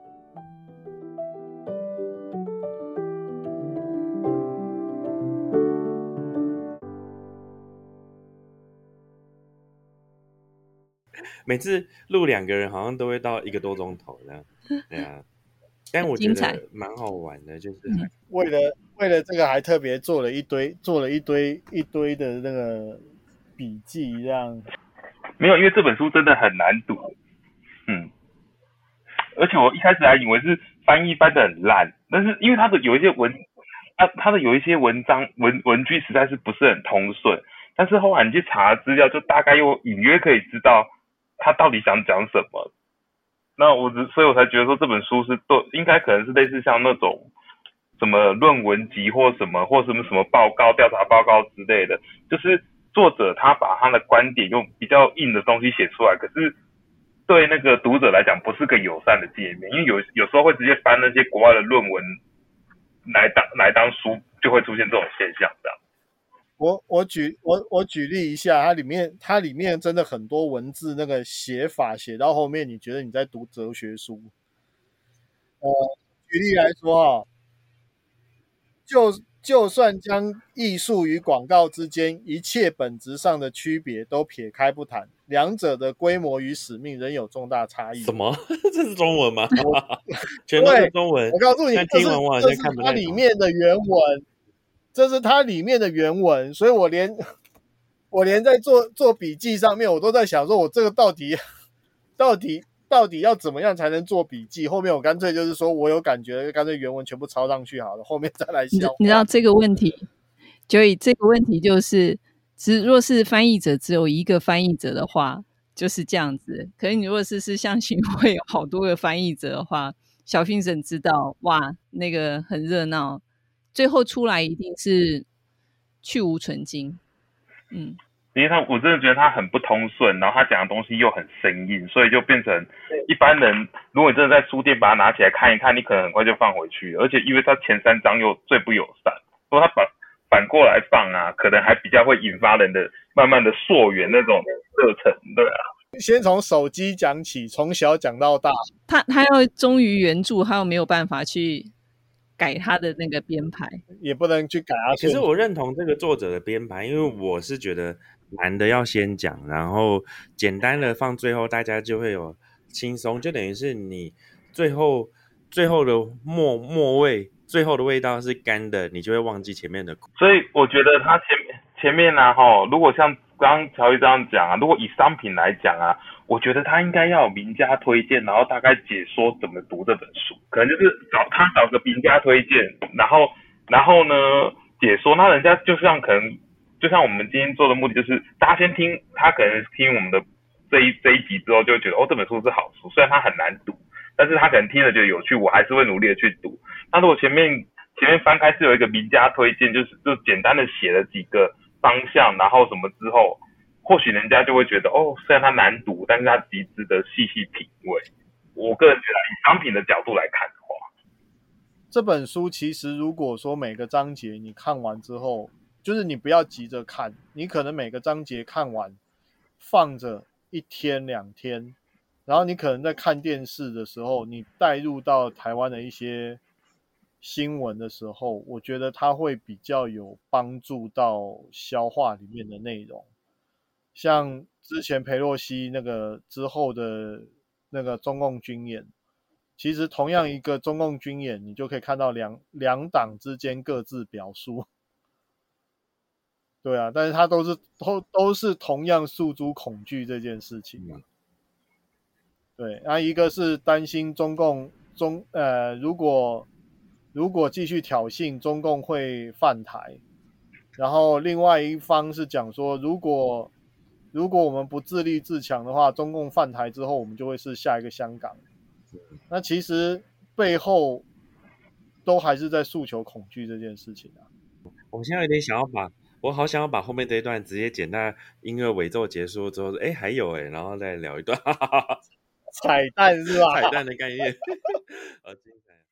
每次录两个人好像都会到一个多钟头这样，对啊，但我觉得蛮好玩的，就是为了为了这个还特别做了一堆做了一堆一堆的那个笔记，这样没有，因为这本书真的很难读，嗯，而且我一开始还以为是翻译翻得很烂，但是因为它的有一些文，它它的有一些文章文文句实在是不是很通顺，但是后来你去查资料，就大概又隐约可以知道他到底想讲什么。那我只所以我才觉得说这本书是都应该可能是类似像那种什么论文集或什么或什么什么报告调查报告之类的，就是作者他把他的观点用比较硬的东西写出来，可是对那个读者来讲不是个友善的界面，因为有有时候会直接翻那些国外的论文来当来当书，就会出现这种现象这样。 我我举我我举例一下，它里面它里面真的很多文字那个写法写到后面，你觉得你在读哲学书。呃，举例来说哈，就就算将艺术与广告之间一切本质上的区别都撇开不谈，两者的规模与使命仍有重大差异。 什么？这是中文吗？全都是中文。 我告诉你， 听完我好像看不太懂。 这是它里面的原文。这是它里面的原文，所以我连我连在做做笔记上面，我都在想说，我这个到底到底到底要怎么样才能做笔记？后面我干脆就是说我有感觉，干脆原文全部抄上去好了，后面再来消化。 你知道这个问题，就以这个问题就是，只若是翻译者只有一个翻译者的话，就是这样子。可是你如果是是像巡会有好多个翻译者的话，小评审知道哇，那个很热闹。最后出来一定是去无存精，嗯， 因为他我真的觉得他很不通顺，然后他讲的东西又很生硬，所以就变成一般人，如果你真的在书店把它拿起来看一看，你可能很快就放回去，而且因为他前三章又最不友善，如果他反反过来放啊，可能还比较会引发人的慢慢的溯源那种热忱，对啊。 先从手机讲起，从小讲到大， 他他要忠于原著，他又没有办法去改他的那个编排， 也不能去改啊。 可是我认同这个作者的编排，因为我是觉得难的要先讲，然后简单的放最后，大家就会有轻松，就等于是你最后最后的末末味，最后的味道是干的，你就会忘记前面的苦。 所以我觉得他前面前面呢、啊，哈，如果像刚刚乔伊这样讲啊，如果以商品来讲啊。我觉得他应该要有名家推荐，然后大概解说怎么读这本书，可能就是找他找个名家推荐，然后然后呢解说，那人家就像可能就像我们今天做的目的，就是大家先听他可能听我们的这一这一集之后，就会觉得哦这本书是好书，虽然它很难读，但是他可能听了觉得有趣，我还是会努力的去读。那如果前面前面翻开是有一个名家推荐，就是就简单的写了几个方向，然后什么之后。或许人家就会觉得哦，虽然它难读，但是它极值得细细品味。我个人觉得，以商品的角度来看的话， 这本书其实如果说每个章节你看完之后，就是你不要急着看，你可能每个章节看完，放着一天两天，然后你可能在看电视的时候，你带入到台湾的一些新闻的时候，我觉得它会比较有帮助到消化里面的内容。像之前裴洛西那个之后的那个中共军演，其实同样一个中共军演，你就可以看到两两党之间各自表述。对啊，但是它都是都都是同样诉诸恐惧这件事情啊。对，那、啊、一个是担心中共中呃，如果如果继续挑衅，中共会犯台，然后另外一方是讲说，如果如果我们不自立自强的话，中共犯台之后，我们就会是下一个香港。那其实背后都还是在诉求恐惧这件事情啊。 我现在有点想要把，我好想要把后面这一段直接剪到音乐尾奏结束之后，哎，还有哎，然后再聊一段， 彩蛋是吧？ 彩蛋的概念。